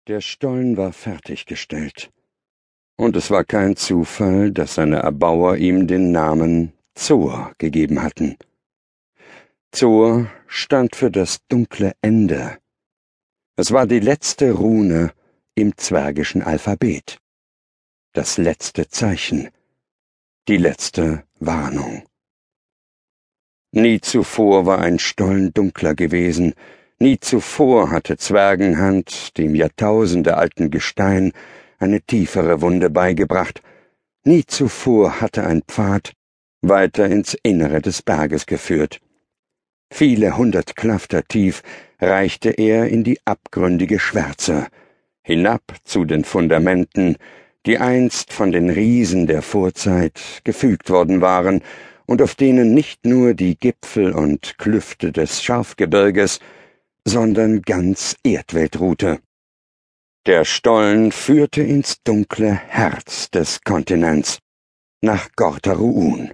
Der Stollen war fertiggestellt, und es war kein Zufall, dass seine Erbauer ihm den Namen Zor gegeben hatten. Zor stand für das dunkle Ende. Es war die letzte Rune im zwergischen Alphabet, das letzte Zeichen, die letzte Warnung. Nie zuvor war ein Stollen dunkler gewesen, nie zuvor hatte Zwergenhand dem jahrtausendealten Gestein eine tiefere Wunde beigebracht, nie zuvor hatte ein Pfad weiter ins Innere des Berges geführt. Viele hundert Klafter tief reichte er in die abgründige Schwärze, hinab zu den Fundamenten, die einst von den Riesen der Vorzeit gefügt worden waren und auf denen nicht nur die Gipfel und Klüfte des Scharfgebirges, sondern ganz Erdwelt ruhte. Der Stollen führte ins dunkle Herz des Kontinents, nach Gorta-Ru'un.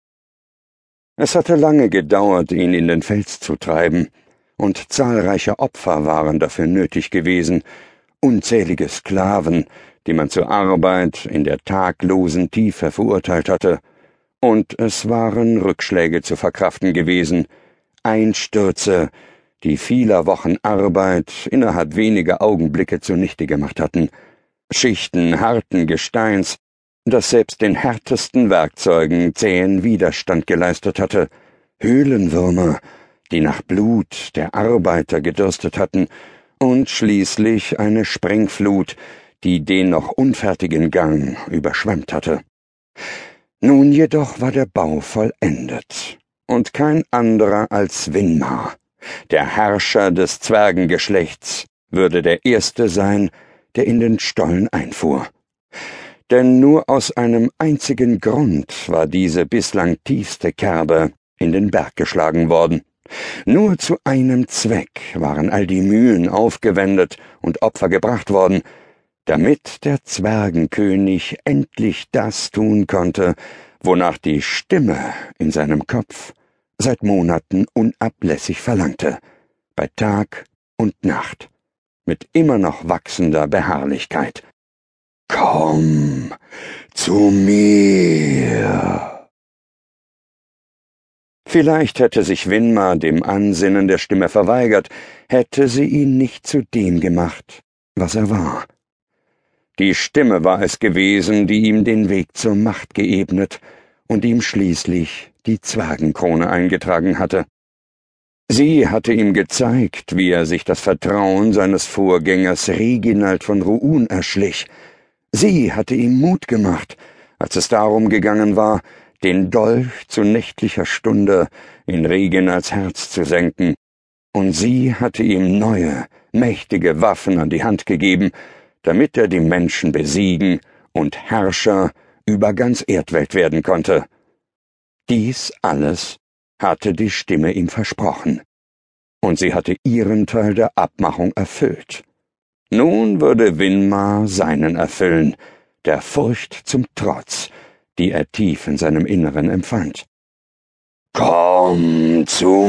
Es hatte lange gedauert, ihn in den Fels zu treiben, und zahlreiche Opfer waren dafür nötig gewesen, unzählige Sklaven, die man zur Arbeit in der taglosen Tiefe verurteilt hatte, und es waren Rückschläge zu verkraften gewesen, Einstürze, die vieler Wochen Arbeit innerhalb weniger Augenblicke zunichte gemacht hatten, Schichten harten Gesteins, das selbst den härtesten Werkzeugen zähen Widerstand geleistet hatte, Höhlenwürmer, die nach Blut der Arbeiter gedürstet hatten, und schließlich eine Sprengflut, die den noch unfertigen Gang überschwemmt hatte. Nun jedoch war der Bau vollendet, und kein anderer als Winmar, der Herrscher des Zwergengeschlechts, würde der Erste sein, der in den Stollen einfuhr. Denn nur aus einem einzigen Grund war diese bislang tiefste Kerbe in den Berg geschlagen worden. Nur zu einem Zweck waren all die Mühen aufgewendet und Opfer gebracht worden, damit der Zwergenkönig endlich das tun konnte, wonach die Stimme in seinem Kopf seit Monaten unablässig verlangte, bei Tag und Nacht, mit immer noch wachsender Beharrlichkeit. »Komm zu mir!« Vielleicht hätte sich Winmar dem Ansinnen der Stimme verweigert, hätte sie ihn nicht zu dem gemacht, was er war. Die Stimme war es gewesen, die ihm den Weg zur Macht geebnet und ihm schließlich die Zwergenkrone eingetragen hatte. Sie hatte ihm gezeigt, wie er sich das Vertrauen seines Vorgängers Reginald von Ru'un erschlich. Sie hatte ihm Mut gemacht, als es darum gegangen war, den Dolch zu nächtlicher Stunde in Reginalds Herz zu senken, und sie hatte ihm neue, mächtige Waffen an die Hand gegeben, damit er die Menschen besiegen und Herrscher über ganz Erdwelt werden konnte. Dies alles hatte die Stimme ihm versprochen, und sie hatte ihren Teil der Abmachung erfüllt. Nun würde Winmar seinen erfüllen, der Furcht zum Trotz, die er tief in seinem Inneren empfand. »Komm zu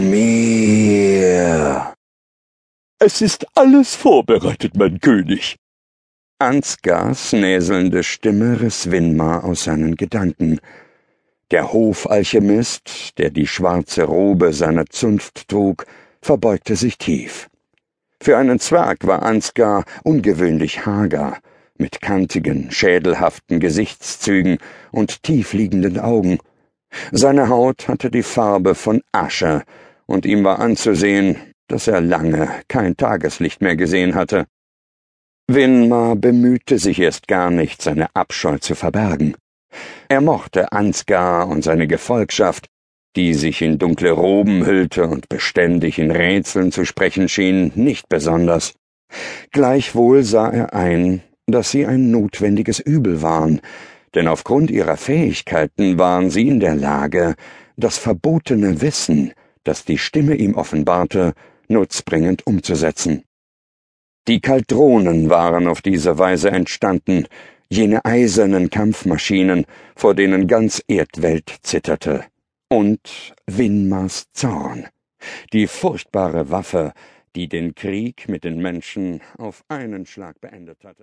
mir!« »Es ist alles vorbereitet, mein König!« Ansgars näselnde Stimme riss Winmar aus seinen Gedanken. Der Hofalchemist, der die schwarze Robe seiner Zunft trug, verbeugte sich tief. Für einen Zwerg war Ansgar ungewöhnlich hager, mit kantigen, schädelhaften Gesichtszügen und tiefliegenden Augen. Seine Haut hatte die Farbe von Asche, und ihm war anzusehen, dass er lange kein Tageslicht mehr gesehen hatte. Winmar bemühte sich erst gar nicht, seine Abscheu zu verbergen. Er mochte Ansgar und seine Gefolgschaft, die sich in dunkle Roben hüllte und beständig in Rätseln zu sprechen schien, nicht besonders. Gleichwohl sah er ein, dass sie ein notwendiges Übel waren, denn aufgrund ihrer Fähigkeiten waren sie in der Lage, das verbotene Wissen, das die Stimme ihm offenbarte, nutzbringend umzusetzen. Die Kaldronen waren auf diese Weise entstanden, jene eisernen Kampfmaschinen, vor denen ganz Erdwelt zitterte. Und Winmars Zorn, die furchtbare Waffe, die den Krieg mit den Menschen auf einen Schlag beendet hatte.